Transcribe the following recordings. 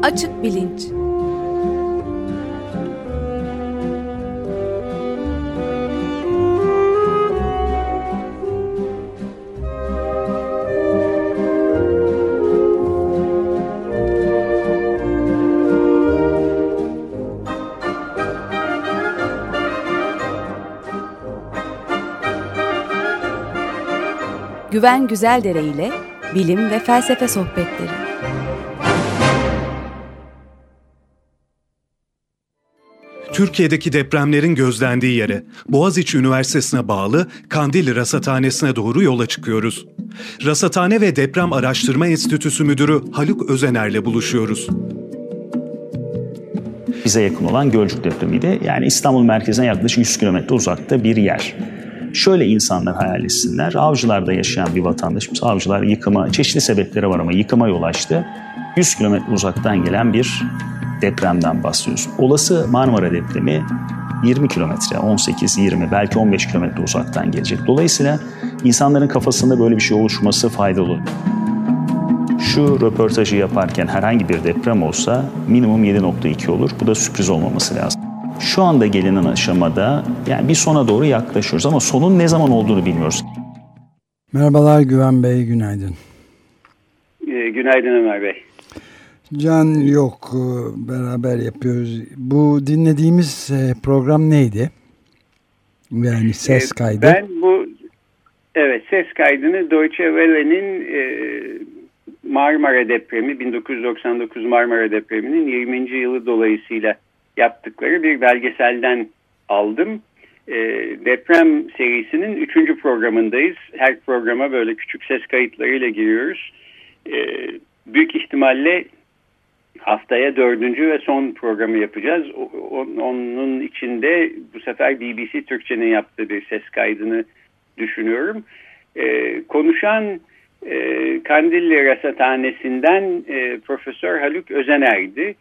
Açık bilinç. Güven Güzeldere ile bilim ve felsefe sohbetleri. Türkiye'deki depremlerin gözlendiği yere, Boğaziçi Üniversitesi'ne bağlı Kandilli Rasathanesi'ne doğru yola çıkıyoruz. Rasathane ve Deprem Araştırma Enstitüsü Müdürü Haluk Özener'le buluşuyoruz. Bize yakın olan Gölcük depremiydi. Yani İstanbul merkezine yaklaşık 100 kilometre uzakta bir yer. Şöyle insanlar hayal etsinler. Avcılar'da yaşayan bir vatandaşımız. Avcılar yıkıma, çeşitli sebepleri var ama yıkıma yol açtı. 100 kilometre uzaktan gelen bir depremden bahsediyoruz. Olası Marmara depremi 20 kilometre, 18, 20, belki 15 kilometre uzaktan gelecek. Dolayısıyla insanların kafasında böyle bir şey oluşması faydalı. Şu röportajı yaparken herhangi bir deprem olsa minimum 7.2 olur. Bu da sürpriz olmaması lazım. Şu anda gelinen aşamada yani bir sona doğru yaklaşıyoruz ama sonun ne zaman olduğunu bilmiyoruz. Merhabalar Güven Bey, günaydın. Günaydın Ömer Bey. Can yok, beraber yapıyoruz. Bu dinlediğimiz program neydi? Yani ses kaydı. Ben ses kaydını Deutsche Welle'nin Marmara depremi, 1999 Marmara depreminin 20. yılı dolayısıyla yaptıkları bir belgeselden aldım. Deprem serisinin 3. programındayız. Her programa böyle küçük ses kayıtlarıyla giriyoruz. Büyük ihtimalle haftaya 4. ve son programı yapacağız. Onun içinde bu sefer BBC Türkçe'nin yaptığı bir ses kaydını düşünüyorum. Konuşan Kandilli Rasathanesi'nden Profesör Haluk Özener'di.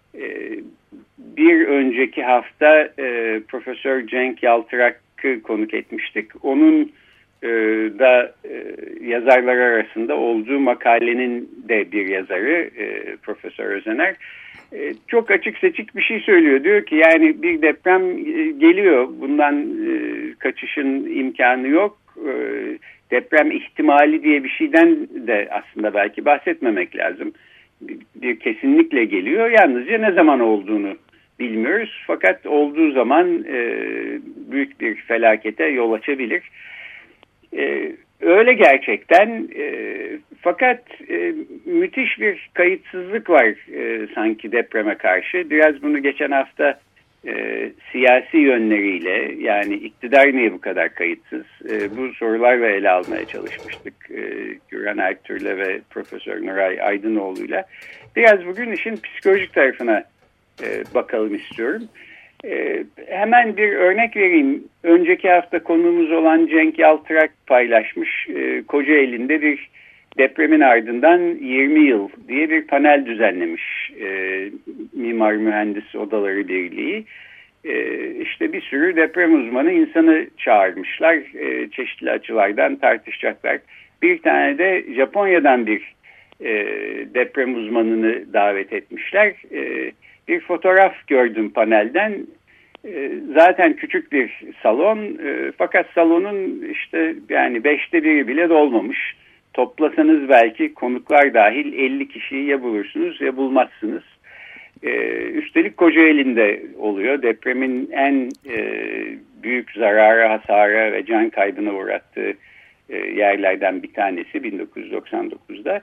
Bir önceki hafta Profesör Cenk Yaltırak'ı konuk etmiştik. Onun da yazarlar arasında olduğu makalenin de bir yazarı Profesör Özener. Çok açık seçik bir şey söylüyor. Diyor ki yani bir deprem geliyor. Bundan kaçışın imkanı yok. Deprem ihtimali diye bir şeyden de aslında belki bahsetmemek lazım. Bir kesinlikle geliyor. Yalnızca ne zaman olduğunu bilmiyoruz. Fakat olduğu zaman büyük bir felakete yol açabilir. Öyle gerçekten. Fakat müthiş bir kayıtsızlık var sanki depreme karşı. Biraz bunu geçen hafta siyasi yönleriyle, yani iktidar niye bu kadar kayıtsız? Bu sorularla ele almaya çalışmıştık. Güran Ertürk'le ve Profesör Nuray Aydınoğlu'yla. Biraz bugün işin psikolojik tarafına bakalım istiyorum. Hemen bir örnek vereyim. Önceki hafta konuğumuz olan Cenk Yaltırak paylaşmış. Kocaeli'nde bir depremin ardından 20 yıl diye bir panel düzenlemiş Mimar Mühendis Odaları Birliği. İşte bir sürü deprem uzmanı insanı çağırmışlar. Çeşitli açılardan tartışacaklar. Bir tane de Japonya'dan bir deprem uzmanını davet etmişler. Bir fotoğraf gördüm panelden. Zaten küçük bir salon, fakat salonun işte yani 5'te 1'i bile dolmamış. Toplasanız belki konuklar dahil 50 kişiyi ya bulursunuz ya bulmazsınız. Üstelik Kocaeli'nde oluyor. Depremin en büyük zarara, hasara ve can kaybına uğrattığı yerlerden bir tanesi 1999'da.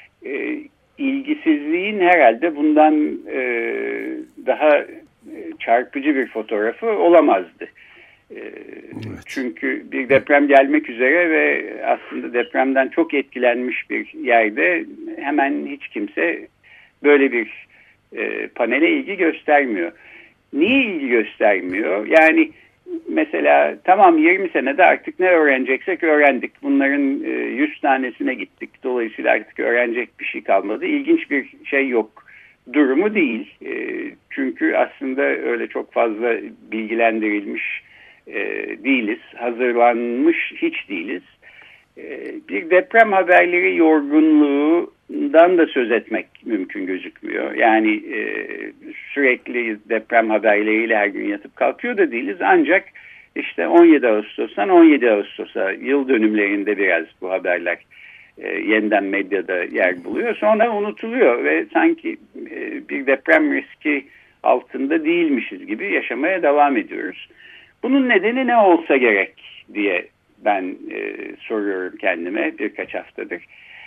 İlgisizliğin herhalde bundan daha çarpıcı bir fotoğrafı olamazdı. Evet. Çünkü bir deprem gelmek üzere ve aslında depremden çok etkilenmiş bir yerde hemen hiç kimse böyle bir panele ilgi göstermiyor. Niye ilgi göstermiyor? Yani mesela tamam 20 senede artık ne öğreneceksek öğrendik. Bunların 100 tanesine gittik. Dolayısıyla artık öğrenecek bir şey kalmadı. İlginç bir şey yok durumu değil. Çünkü aslında öyle çok fazla bilgilendirilmiş değiliz. Hazırlanmış hiç değiliz. Bir deprem haberleri yorgunluğu olduğundan da söz etmek mümkün gözükmüyor. Yani sürekli deprem haberleriyle her gün yatıp kalkıyor da değiliz. Ancak işte 17 Ağustos'tan 17 Ağustos'a yıl dönümlerinde biraz bu haberler yeniden medyada yer buluyor. Sonra unutuluyor ve sanki bir deprem riski altında değilmişiz gibi yaşamaya devam ediyoruz. Bunun nedeni ne olsa gerek diye ben soruyorum kendime birkaç haftadır.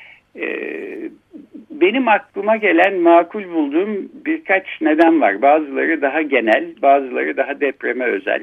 Benim aklıma gelen makul bulduğum birkaç neden var. Bazıları daha genel, bazıları daha depreme özel.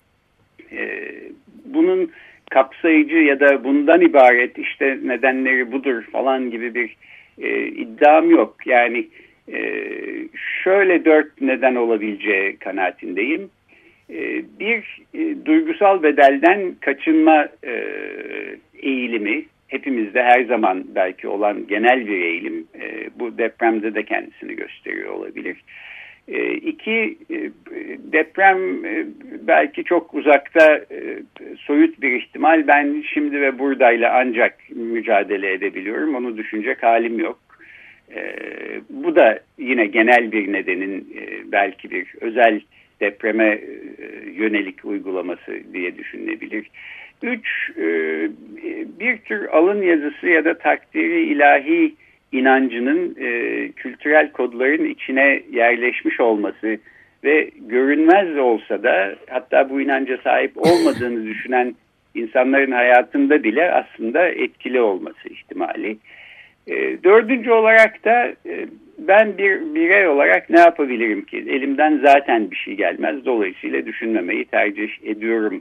Bunun kapsayıcı ya da bundan ibaret işte nedenleri budur falan gibi bir iddiam yok. Yani şöyle 4 neden olabileceği kanaatindeyim. Bir, duygusal bedelden kaçınma eğilimi, hepimizde her zaman belki olan genel bir eğilim, bu depremde de kendisini gösteriyor olabilir. İki, deprem belki çok uzakta, soyut bir ihtimal. Ben şimdi ve buradayla ancak mücadele edebiliyorum. Onu düşünecek halim yok. Bu da yine genel bir nedenin belki bir özel depreme yönelik uygulaması diye düşünülebilir. 3, bir tür alın yazısı ya da takdiri ilahi inancının kültürel kodların içine yerleşmiş olması ve görünmez olsa da hatta bu inanca sahip olmadığını düşünen insanların hayatında bile aslında etkili olması ihtimali. 4. olarak da ben bir birey olarak ne yapabilirim ki? Elimden zaten bir şey gelmez. Dolayısıyla düşünmemeyi tercih ediyorum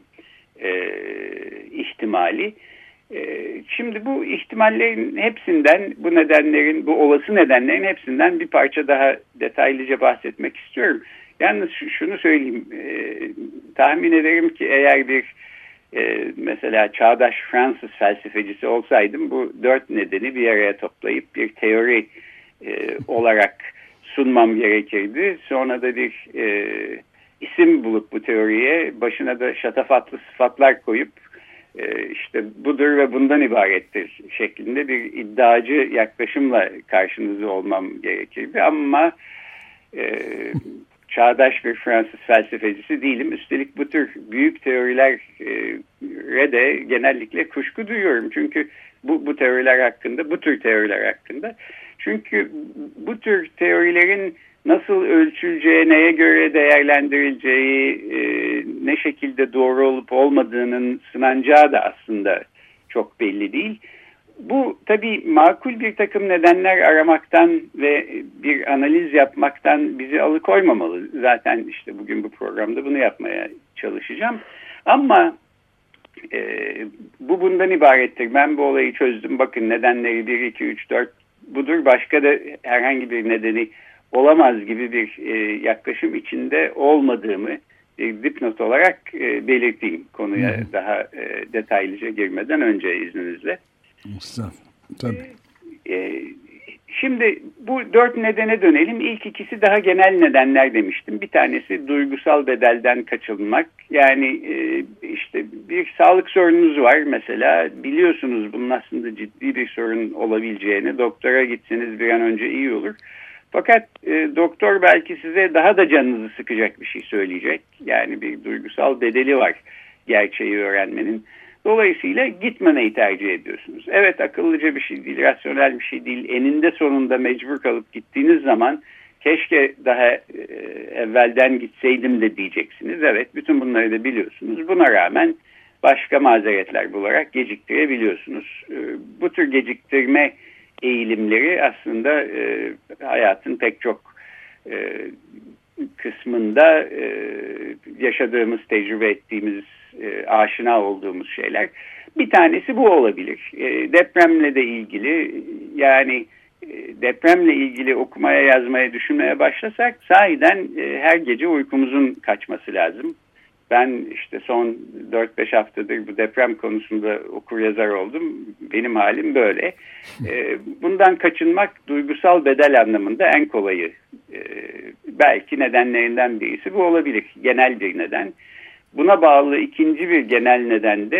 ihtimali. Şimdi bu ihtimallerin hepsinden, bu nedenlerin, bu olası nedenlerin hepsinden bir parça daha detaylıca bahsetmek istiyorum. Yalnız şunu söyleyeyim, tahmin ederim ki eğer bir mesela çağdaş Fransız felsefecisi olsaydım bu 4 nedeni bir araya toplayıp bir teori olarak sunmam gerekirdi. Sonra da bir isim bulup bu teoriye başına da şatafatlı sıfatlar koyup işte budur ve bundan ibarettir şeklinde bir iddiacı yaklaşımla karşınızda olmam gerekirdi. Ama çağdaş bir Fransız felsefecisi değilim. Üstelik bu tür büyük teorilere de genellikle kuşku duyuyorum. Çünkü bu teoriler hakkında, bu tür teoriler hakkında. Çünkü bu tür teorilerin nasıl ölçüleceği, neye göre değerlendirileceği, ne şekilde doğru olup olmadığının sınanacağı da aslında çok belli değil. Bu tabii makul bir takım nedenler aramaktan ve bir analiz yapmaktan bizi alıkoymamalı. Zaten işte bugün bu programda bunu yapmaya çalışacağım. Ama bu bundan ibarettir. Ben bu olayı çözdüm. Bakın nedenleri 1, 2, 3, 4 budur. Başka da herhangi bir nedeni olamaz gibi bir yaklaşım içinde olmadığımı dipnot olarak belirteyim konuya daha detaylıca girmeden önce izninizle. Tabii. Şimdi bu 4 nedene dönelim. İlk ikisi daha genel nedenler demiştim. Bir tanesi duygusal bedelden kaçınmak. Yani işte bir sağlık sorununuz var mesela. Biliyorsunuz bunun aslında ciddi bir sorun olabileceğini. Doktora gitseniz bir an önce iyi olur. Fakat doktor belki size daha da canınızı sıkacak bir şey söyleyecek. Yani bir duygusal bedeli var gerçeği öğrenmenin. Dolayısıyla gitmemeyi tercih ediyorsunuz. Evet, akıllıca bir şey değil, rasyonel bir şey değil. Eninde sonunda mecbur kalıp gittiğiniz zaman keşke daha evvelden gitseydim de diyeceksiniz. Evet, bütün bunları da biliyorsunuz. Buna rağmen başka mazeretler bularak geciktirebiliyorsunuz. Bu tür geciktirme eğilimleri aslında hayatın pek çok kısmında yaşadığımız, tecrübe ettiğimiz, aşina olduğumuz şeyler. Bir tanesi bu olabilir. Depremle de ilgili, yani depremle ilgili okumaya, yazmaya, düşünmeye başlasak sahiden her gece uykumuzun kaçması lazım. Ben işte son 4-5 haftadır bu deprem konusunda okur yazar oldum. Benim halim böyle. Bundan kaçınmak duygusal bedel anlamında en kolayı. Belki nedenlerinden birisi bu olabilir. Genel bir neden. Buna bağlı ikinci bir genel neden de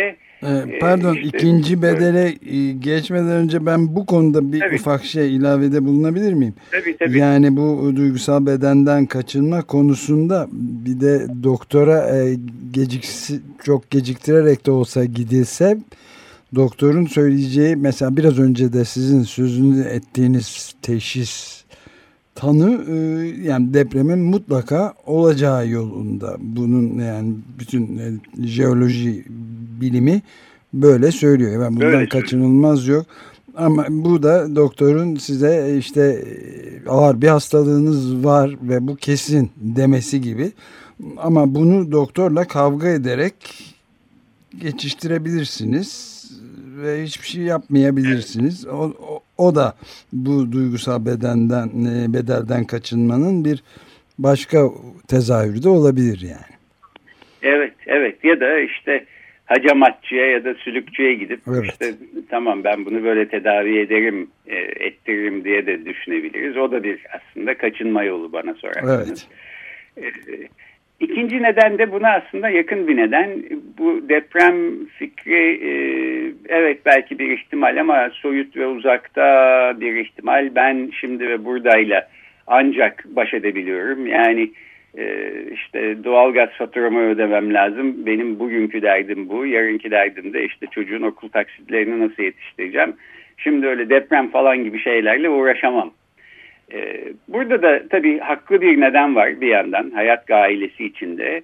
Pardon, ikinci bedele geçmeden önce ben bu konuda bir ufak şey ilavede bulunabilir miyim? Tabii. Yani bu duygusal bedenden kaçınma konusunda bir de doktora çok geciktirerek de olsa gidilse, doktorun söyleyeceği, mesela biraz önce de sizin sözünü ettiğiniz teşhis, tanı, yani depremin mutlaka olacağı yolunda. Bunun yani bütün jeoloji bilimi böyle söylüyor. Ben bundan kaçınılmaz yok. Ama bu da doktorun size işte ağır bir hastalığınız var ve bu kesin demesi gibi. Ama bunu doktorla kavga ederek geçiştirebilirsiniz ve hiçbir şey yapmayabilirsiniz. O da bu duygusal bedelden kaçınmanın bir başka tezahürü de olabilir yani. Evet ya da işte hacamatçıya ya da sülükçüye gidip işte tamam ben bunu böyle tedavi ederim, ettiririm diye de düşünebiliriz. O da bir aslında kaçınma yolu bana sorarsanız. Evet. İkinci neden de buna aslında yakın bir neden. Bu deprem fikri evet belki bir ihtimal ama soyut ve uzakta bir ihtimal. Ben şimdi ve buradayla ancak baş edebiliyorum. Yani işte doğalgaz faturamı ödemem lazım. Benim bugünkü derdim bu. Yarınki derdim de işte çocuğun okul taksitlerini nasıl yetiştireceğim. Şimdi öyle deprem falan gibi şeylerle uğraşamam. Burada da tabii haklı bir neden var bir yandan. Hayat gailesi içinde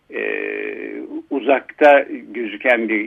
uzakta gözüken bir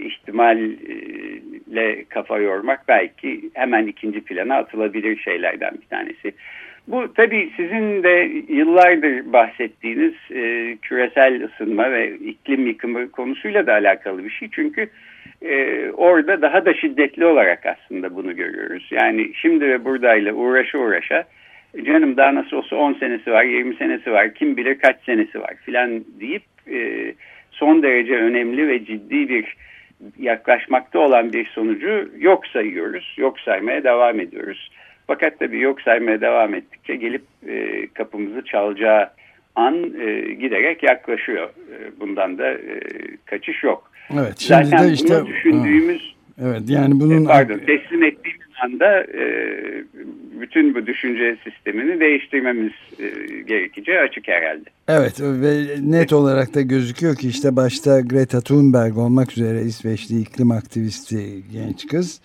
ihtimalle kafa yormak belki hemen ikinci plana atılabilir şeylerden bir tanesi. Bu tabii sizin de yıllardır bahsettiğiniz küresel ısınma ve iklim yıkımı konusuyla da alakalı bir şey. Çünkü orada daha da şiddetli olarak aslında bunu görüyoruz. Yani şimdi ve buradayla uğraşa canım daha nasıl olsa 10 senesi var, 20 senesi var, kim bilir kaç senesi var filan deyip son derece önemli ve ciddi bir yaklaşmakta olan bir sonucu yok sayıyoruz. Yok saymaya devam ediyoruz. Fakat tabii yok saymaya devam ettikçe gelip kapımızı çalacağı an giderek yaklaşıyor. Bundan da kaçış yok. Evet, şimdi zaten de işte bunu düşündüğümüz yani bunun teslim ettiğimiz anda bütün bu düşünce sistemini değiştirmemiz gerekeceği açık herhalde. Evet ve net olarak da gözüküyor ki işte başta Greta Thunberg olmak üzere İsveçli iklim aktivisti genç kız,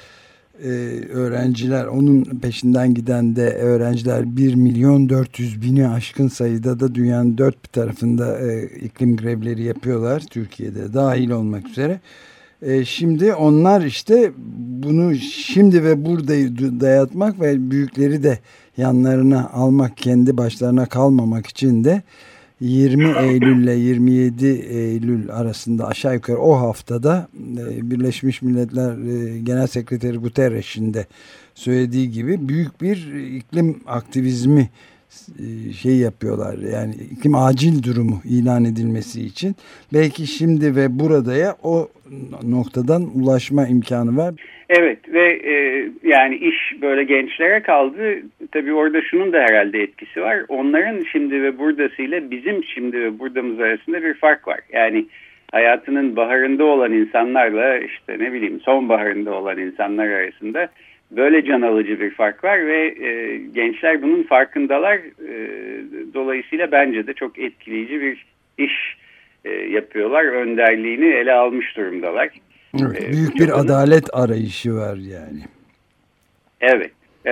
öğrenciler onun peşinden giden de öğrenciler 1.400.000'i aşkın sayıda da dünyanın dört bir tarafında iklim grevleri yapıyorlar, Türkiye'de dahil olmak üzere. Şimdi onlar işte bunu şimdi ve burada dayatmak ve büyükleri de yanlarına almak, kendi başlarına kalmamak için de 20 Eylül ile 27 Eylül arasında aşağı yukarı o haftada Birleşmiş Milletler Genel Sekreteri Guterres'in de söylediği gibi büyük bir iklim aktivizmi yapıyorlar. Yani iklim acil durumu ilan edilmesi için. Belki şimdi ve buradaya o noktadan ulaşma imkanı var. Evet ve yani iş böyle gençlere kaldı. Tabii orada şunun da herhalde etkisi var. Onların şimdi ve buradasıyla bizim şimdi ve buradamız arasında bir fark var. Yani hayatının baharında olan insanlarla işte ne bileyim sonbaharında olan insanlar arasında böyle can alıcı bir fark var ve gençler bunun farkındalar. Dolayısıyla bence de çok etkileyici bir iş yapıyorlar. Önderliğini ele almış durumdalar. Evet, büyük bir adalet arayışı var yani. Evet.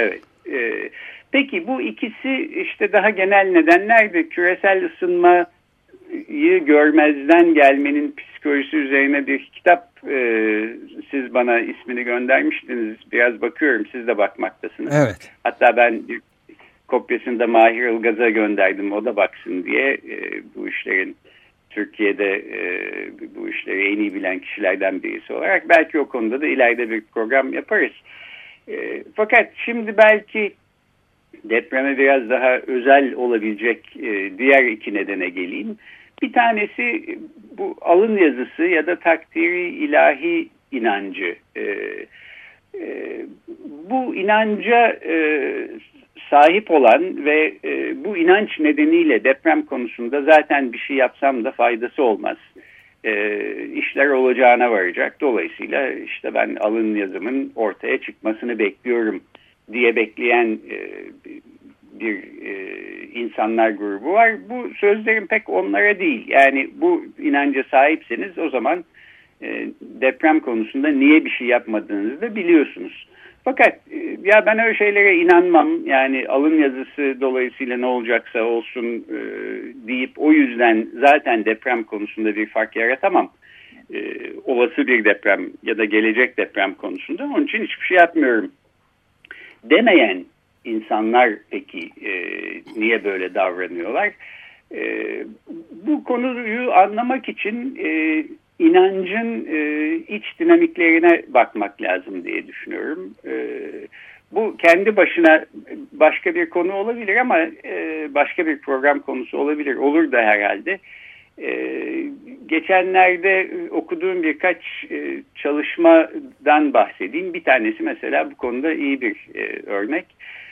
Peki bu ikisi işte daha genel nedenlerdi. Küresel ısınmayı görmezden gelmenin psikolojisi üzerine bir kitap siz bana ismini göndermiştiniz. Biraz bakıyorum, siz de bakmaktasınız. Evet. Hatta ben bir kopyasını da Mahir Ilgaz'a gönderdim, o da baksın diye. Bu işlerin Türkiye'de bu işleri en iyi bilen kişilerden birisi olarak belki o konuda da ileride bir program yaparız. Fakat şimdi belki depreme biraz daha özel olabilecek diğer iki nedene geleyim. Bir tanesi bu alın yazısı ya da takdiri ilahi inancı. Bu inanca sahip olan ve bu inanç nedeniyle deprem konusunda zaten bir şey yapsam da faydası olmaz. işler olacağına varacak. Dolayısıyla işte ben alın yazımın ortaya çıkmasını bekliyorum diye bekleyen bir insanlar grubu var. Bu sözlerim pek onlara değil. Yani bu inanca sahipseniz o zaman deprem konusunda niye bir şey yapmadığınızı da biliyorsunuz. Fakat ya ben öyle şeylere inanmam. Yani alın yazısı dolayısıyla ne olacaksa olsun deyip o yüzden zaten deprem konusunda bir fark yaratamam. Olası bir deprem ya da gelecek deprem konusunda onun için hiçbir şey yapmıyorum demeyen insanlar peki niye böyle davranıyorlar? Bu konuyu anlamak için inancın iç dinamiklerine bakmak lazım diye düşünüyorum. Bu kendi başına başka bir konu olabilir ama başka bir program konusu olabilir. Olur da herhalde. Geçenlerde okuduğum birkaç çalışmadan bahsedeyim. Bir tanesi mesela bu konuda iyi bir örnek.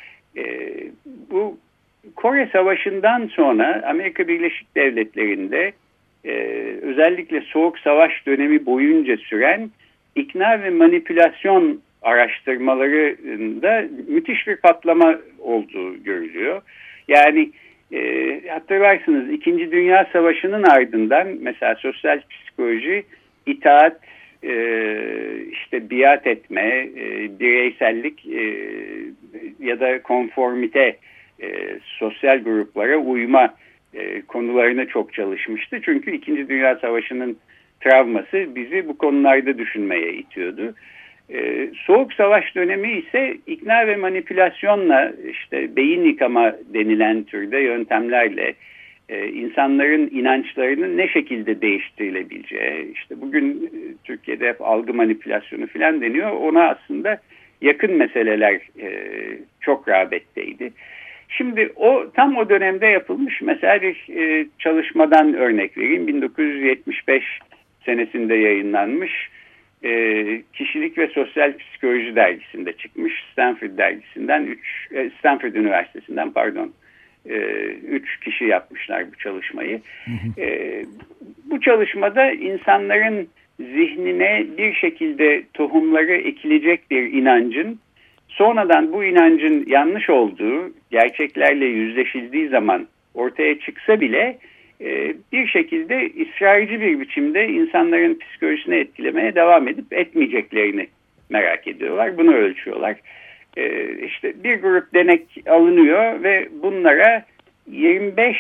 Bu Kore Savaşı'ndan sonra Amerika Birleşik Devletleri'nde özellikle Soğuk Savaş dönemi boyunca süren ikna ve manipülasyon araştırmalarında müthiş bir patlama olduğu görülüyor. Yani hatırlarsınız 2. Dünya Savaşı'nın ardından mesela sosyal psikoloji, itaat, işte biat etme, bireysellik ya da konformite, sosyal gruplara uyma konularına çok çalışmıştı. Çünkü 2. Dünya Savaşı'nın travması bizi bu konularda düşünmeye itiyordu. Soğuk Savaş dönemi ise ikna ve manipülasyonla işte beyin yıkama denilen türde yöntemlerle insanların inançlarının ne şekilde değiştirilebileceği, işte bugün Türkiye'de hep algı manipülasyonu falan deniyor. Ona aslında yakın meseleler çok rağbetteydi. Şimdi tam o dönemde yapılmış mesela bir çalışmadan örnek vereyim. 1975 senesinde yayınlanmış Kişilik ve Sosyal Psikoloji dergisinde çıkmış. Stanford Üniversitesi'nden 3 kişi yapmışlar bu çalışmayı. Bu çalışmada insanların zihnine bir şekilde tohumları ekilecek bir inancın sonradan bu inancın yanlış olduğu, gerçeklerle yüzleşildiği zaman ortaya çıksa bile bir şekilde ısrarcı bir biçimde insanların psikolojisini etkilemeye devam edip etmeyeceklerini merak ediyorlar. Bunu ölçüyorlar. İşte bir grup denek alınıyor ve bunlara 25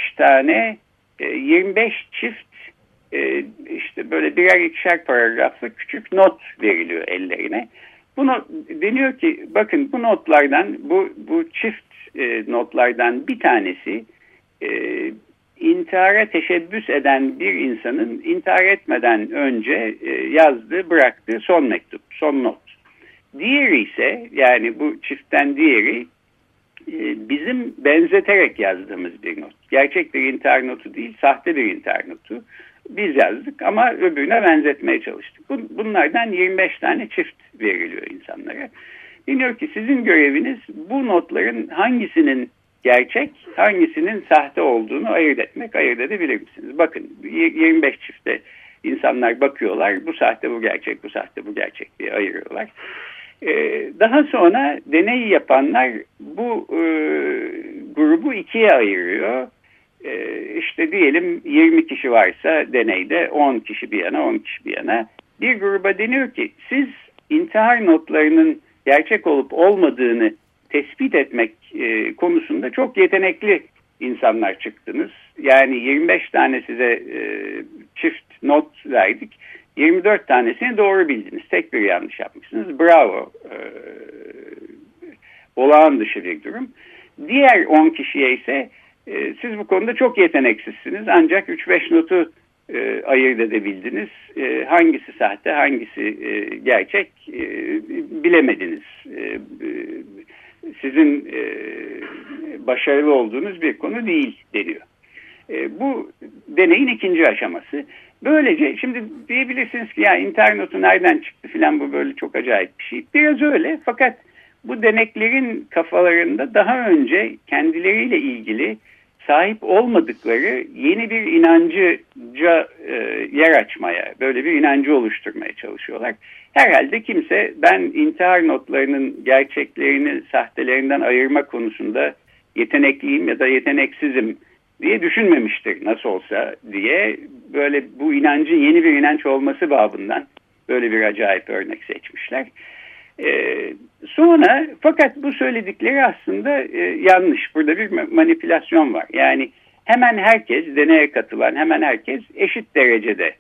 çift işte böyle birer ikişer paragraflı küçük not veriliyor ellerine. Bunu deniyor ki bakın bu notlardan bu çift notlardan bir tanesi intihara teşebbüs eden bir insanın intihar etmeden önce yazdığı, bıraktığı son mektup, son not. Diğeri ise yani bu çiftten diğeri bizim benzeterek yazdığımız bir not. Gerçek bir intihar notu değil, sahte bir intihar notu. Biz yazdık ama öbürüne benzetmeye çalıştık. Bunlardan 25 tane çift veriliyor insanlara. Deniyor ki sizin göreviniz bu notların hangisinin gerçek, hangisinin sahte olduğunu ayırt edebilir misiniz? Bakın 25 çifte insanlar bakıyorlar. Bu sahte, bu gerçek, bu sahte, bu gerçek diye ayırıyorlar. Daha sonra deneyi yapanlar bu grubu ikiye ayırıyor. İşte diyelim 20 kişi varsa deneyde 10 kişi bir yana, 10 kişi bir yana. Bir gruba deniyor ki siz intihar notlarının gerçek olup olmadığını tespit etmek konusunda çok yetenekli insanlar çıktınız. Yani 25 tane size çift not verdik. 24 tanesini doğru bildiniz. Tek bir yanlış yapmışsınız. Bravo. Olağan dışı bir durum. Diğer 10 kişiye ise siz bu konuda çok yeteneksizsiniz. Ancak 3-5 notu ayırt edebildiniz. Hangisi sahte, hangisi gerçek bilemediniz. Sizin başarılı olduğunuz bir konu değil deniyor. Bu deneyin ikinci aşaması. Böylece şimdi diyebilirsiniz ki ya intihar notu nereden çıktı filan, bu böyle çok acayip bir şey. Biraz öyle, fakat bu deneklerin kafalarında daha önce kendileriyle ilgili sahip olmadıkları yeni bir inancıca yer açmaya, böyle bir inancı oluşturmaya çalışıyorlar. Herhalde kimse ben intihar notlarının gerçeklerini sahtelerinden ayırma konusunda yetenekliyim ya da yeteneksizim diye düşünmemiştir nasıl olsa diye, böyle bu inancın yeni bir inanç olması babından böyle bir acayip örnek seçmişler. Sonra fakat bu söyledikleri aslında yanlış. Burada bir manipülasyon var. Yani hemen herkes, deneye katılan hemen herkes eşit derecede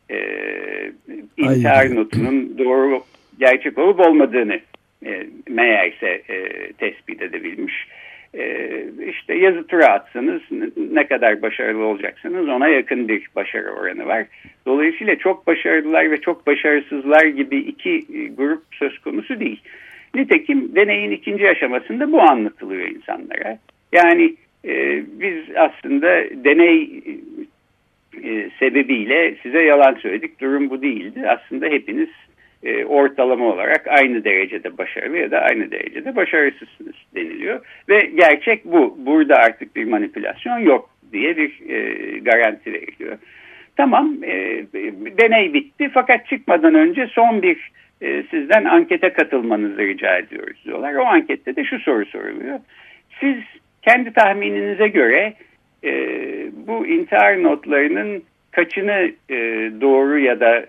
intihar notunun doğru, gerçek olup olmadığını meğerse tespit edebilmiş. İşte yazı tura atsanız ne kadar başarılı olacaksınız ona yakın bir başarı oranı var. Dolayısıyla çok başarılılar ve çok başarısızlar gibi iki grup söz konusu değil. Nitekim deneyin ikinci aşamasında bu anlatılıyor insanlara. Yani biz aslında deney sebebiyle size yalan söyledik, durum bu değildi. Aslında hepiniz ortalama olarak aynı derecede başarılı ya da aynı derecede başarısızsınız deniliyor. Ve gerçek bu. Burada artık bir manipülasyon yok diye bir garanti veriliyor. Tamam, deney bitti fakat çıkmadan önce son bir sizden ankete katılmanızı rica ediyoruz diyorlar. O ankette de şu soru soruluyor. Siz kendi tahmininize göre bu intihar notlarının kaçını doğru ya da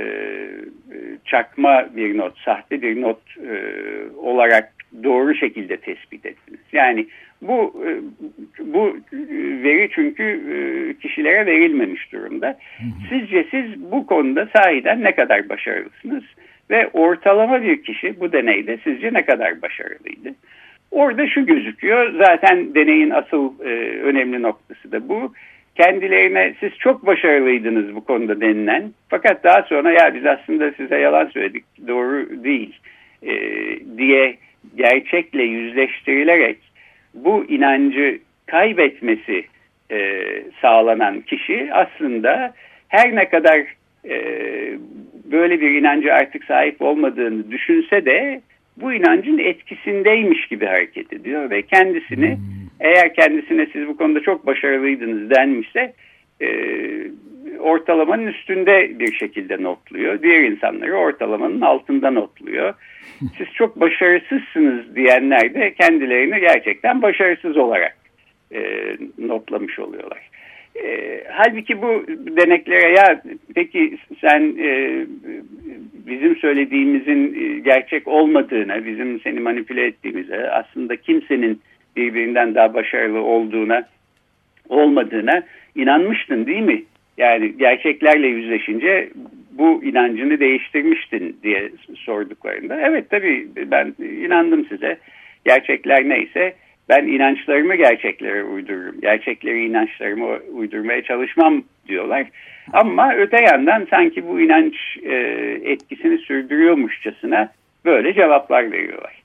çakma bir not, sahte bir not olarak doğru şekilde tespit ettiniz. Yani bu veri çünkü kişilere verilmemiş durumda. Sizce siz bu konuda sahiden ne kadar başarılısınız ve ortalama bir kişi bu deneyde sizce ne kadar başarılıydı? Orada şu gözüküyor, zaten deneyin asıl önemli noktası da bu. Kendilerine siz çok başarılıydınız bu konuda denilen, fakat daha sonra ya biz aslında size yalan söyledik, doğru değil diye gerçekle yüzleştirilerek bu inancı kaybetmesi sağlanan kişi aslında her ne kadar böyle bir inancı artık sahip olmadığını düşünse de bu inancın etkisindeymiş gibi hareket ediyor ve kendisini, eğer kendisine siz bu konuda çok başarılıydınız denmişse ortalamanın üstünde bir şekilde notluyor. Diğer insanları ortalamanın altında notluyor. Siz çok başarısızsınız diyenler de kendilerini gerçekten başarısız olarak notlamış oluyorlar. Halbuki bu deneklere ya peki sen bizim söylediğimizin gerçek olmadığına, bizim seni manipüle ettiğimize, aslında kimsenin birbirinden daha başarılı olmadığına inanmıştın değil mi? Yani gerçeklerle yüzleşince bu inancını değiştirmiştin diye sorduklarında. Evet tabii ben inandım size. Gerçekler neyse ben inançlarımı gerçeklere uydururum. Gerçekleri inançlarıma uydurmaya çalışmam diyorlar. Ama öte yandan sanki bu inanç etkisini sürdürüyormuşçasına böyle cevaplar veriyorlar.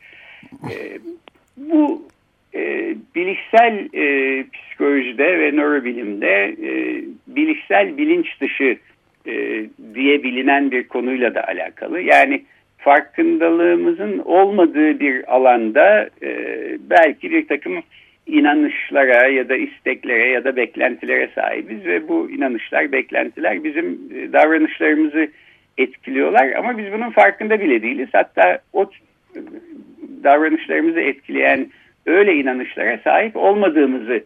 Bu bilişsel psikolojide ve nörobilimde bilişsel bilinç dışı diye bilinen bir konuyla da alakalı. Yani farkındalığımızın olmadığı bir alanda belki bir takım inanışlara ya da isteklere ya da beklentilere sahibiz ve bu inanışlar, beklentiler bizim davranışlarımızı etkiliyorlar ama biz bunun farkında bile değiliz. Hatta o davranışlarımızı etkileyen öyle inanışlara sahip olmadığımızı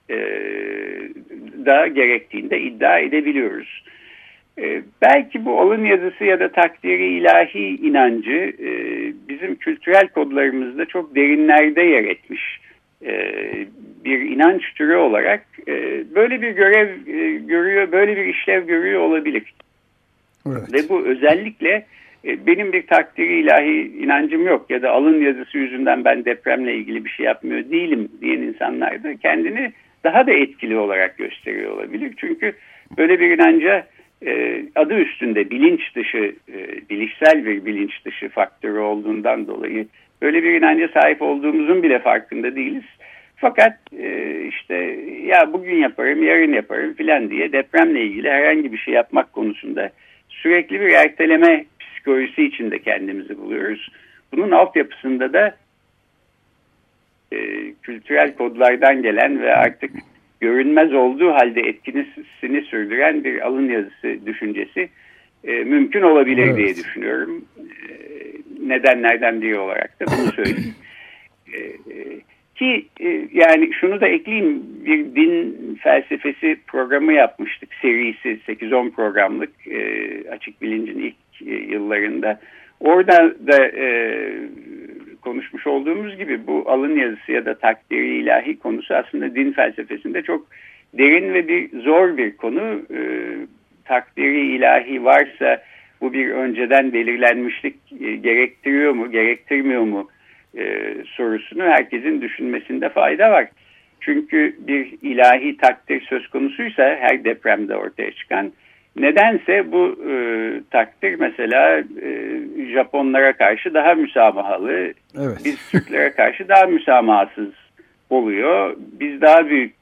da gerektiğinde iddia edebiliyoruz. Belki bu alın yazısı ya da takdiri ilahi inancı bizim kültürel kodlarımızda çok derinlerde yer etmiş bir inanç türü olarak böyle bir görev görüyor, böyle bir işlev görüyor olabilir. Evet. Ve bu özellikle benim bir takdiri ilahi inancım yok ya da alın yazısı yüzünden ben depremle ilgili bir şey yapmıyor değilim diyen insanlar da kendini daha da etkili olarak gösteriyor olabilir. Çünkü böyle bir inanca adı üstünde bilinç dışı, bilişsel bir bilinç dışı faktörü olduğundan dolayı böyle bir inanca sahip olduğumuzun bile farkında değiliz. Fakat işte ya bugün yaparım, yarın yaparım filan diye depremle ilgili herhangi bir şey yapmak konusunda sürekli bir erteleme psikolojisi içinde kendimizi buluyoruz. Bunun altyapısında da kültürel kodlardan gelen ve artık görünmez olduğu halde etkisini sürdüren bir alın yazısı düşüncesi mümkün olabilir diye düşünüyorum. Nedenlerden biri olarak da bunu söyleyeyim. Ki yani şunu da ekleyeyim, bir din felsefesi programı yapmıştık, serisi 8-10 programlık Açık Bilinc'in ilk yıllarında. Orada da konuşmuş olduğumuz gibi bu alın yazısı ya da takdiri ilahi konusu aslında din felsefesinde çok derin ve zor bir konu. Takdiri ilahi varsa bu bir önceden belirlenmişlik gerektiriyor mu, gerektirmiyor mu sorusunu herkesin düşünmesinde fayda var. Çünkü bir ilahi takdir söz konusuysa her depremde ortaya çıkan, nedense bu takdir mesela Japonlara karşı daha müsamahalı, evet, biz Türklere karşı daha müsamahasız oluyor. Biz daha büyük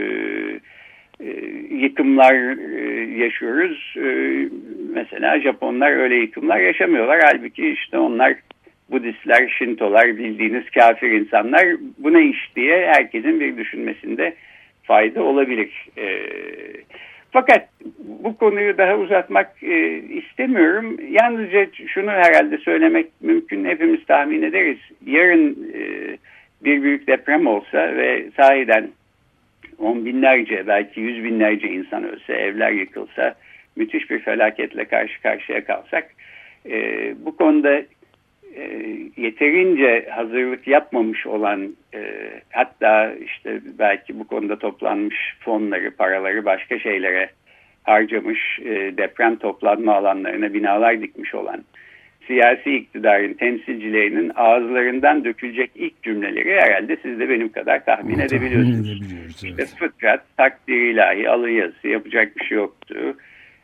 yıkımlar yaşıyoruz. Mesela Japonlar öyle yıkımlar yaşamıyorlar. Halbuki işte onlar Budistler, Şintolar, bildiğiniz kafir insanlar, bu ne iş diye herkesin bir düşünmesinde fayda olabilir. Fakat bu konuyu daha uzatmak istemiyorum. Yalnızca şunu herhalde söylemek mümkün, hepimiz tahmin ederiz. Yarın bir büyük deprem olsa ve sahiden 10 binlerce, belki 100 binlerce insan ölse, evler yıkılsa, müthiş bir felaketle karşı karşıya kalsak, bu konuda yeterince hazırlık yapmamış olan, hatta işte belki bu konuda toplanmış fonları, paraları başka şeylere harcamış, deprem toplanma alanlarına binalar dikmiş olan siyasi iktidarın temsilcilerinin ağızlarından dökülecek ilk cümleleri herhalde siz de benim kadar tahmin edebiliyorsunuz. Evet. İşte fıtrat, takdir ilahi, alın yazısı, yapacak bir şey yoktu.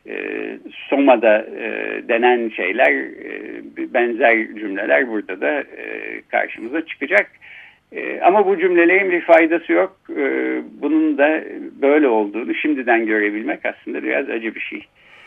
Soma'da denen şeyler, benzer cümleler burada da karşımıza çıkacak. Ama bu cümlelerin bir faydası yok. Bunun da böyle olduğunu şimdiden görebilmek aslında biraz acı bir şey.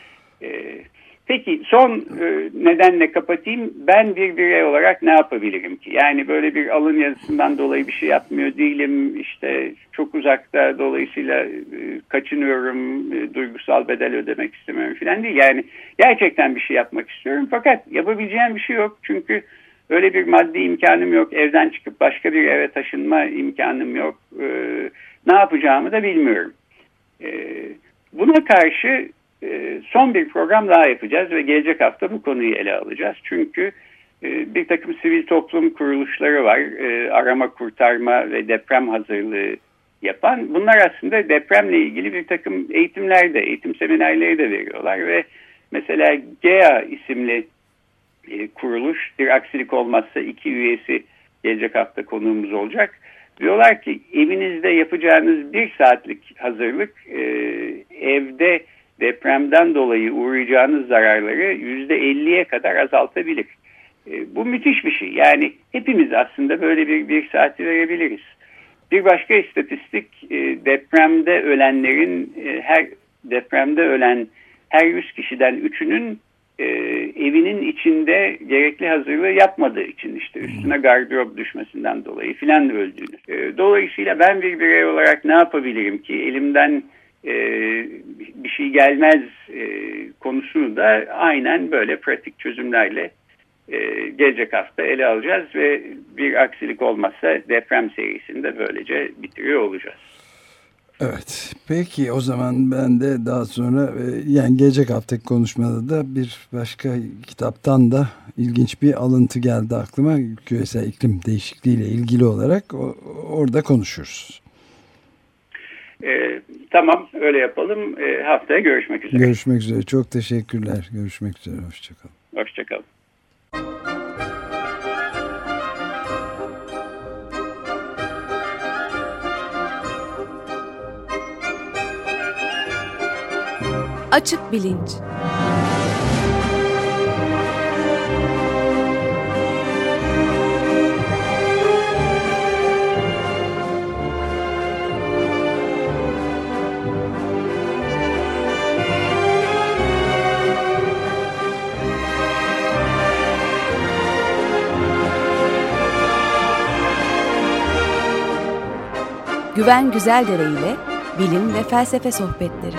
Peki son nedenle kapatayım. Ben bir birey olarak ne yapabilirim ki? Yani böyle bir alın yazısından dolayı bir şey yapmıyor değilim. İşte çok uzakta, dolayısıyla kaçınıyorum, duygusal bedel ödemek istemiyorum falan değil. Yani gerçekten bir şey yapmak istiyorum fakat yapabileceğim bir şey yok. Çünkü öyle bir maddi imkanım yok. Evden çıkıp başka bir eve taşınma imkanım yok. Ne yapacağımı da bilmiyorum. Buna karşı son bir program daha yapacağız ve gelecek hafta bu konuyu ele alacağız. Çünkü bir takım sivil toplum kuruluşları var. Arama, kurtarma ve deprem hazırlığı yapan. Bunlar aslında depremle ilgili bir takım eğitim seminerleri de veriyorlar ve mesela GEA isimli kuruluş, bir aksilik olmazsa 2 üyesi gelecek hafta konuğumuz olacak. Diyorlar ki evinizde yapacağınız 1 saatlik hazırlık evde depremden dolayı uğrayacağınız zararları %50'ye kadar azaltabilir. Bu müthiş bir şey. Yani hepimiz aslında böyle bir saati verebiliriz. Bir başka istatistik, depremde ölen her 100 kişiden 3'ünün evinin içinde gerekli hazırlığı yapmadığı için, işte üstüne gardırop düşmesinden dolayı filan öldüğünü. Dolayısıyla ben bir birey olarak ne yapabilirim ki elimden bir şey gelmez konusunu da aynen böyle pratik çözümlerle gelecek hafta ele alacağız ve bir aksilik olmazsa deprem serisini de böylece bitiriyor olacağız. Evet. Peki o zaman ben de daha sonra yani gelecek haftaki konuşmada da bir başka kitaptan da ilginç bir alıntı geldi aklıma. Küresel iklim değişikliği ile ilgili olarak orada konuşuruz. Tamam, öyle yapalım. Haftaya görüşmek üzere. Görüşmek üzere. Çok teşekkürler. Görüşmek üzere. Hoşçakalın. Hoşçakalın. Açık Bilinç. Güven Güzeldere ile bilim ve felsefe sohbetleri.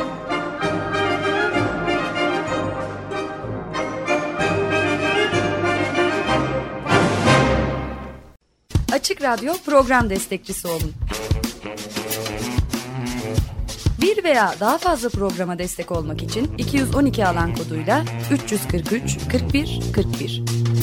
Açık Radyo program destekçisi olun. Bir veya daha fazla programa destek olmak için 212 alan koduyla 343 41 41.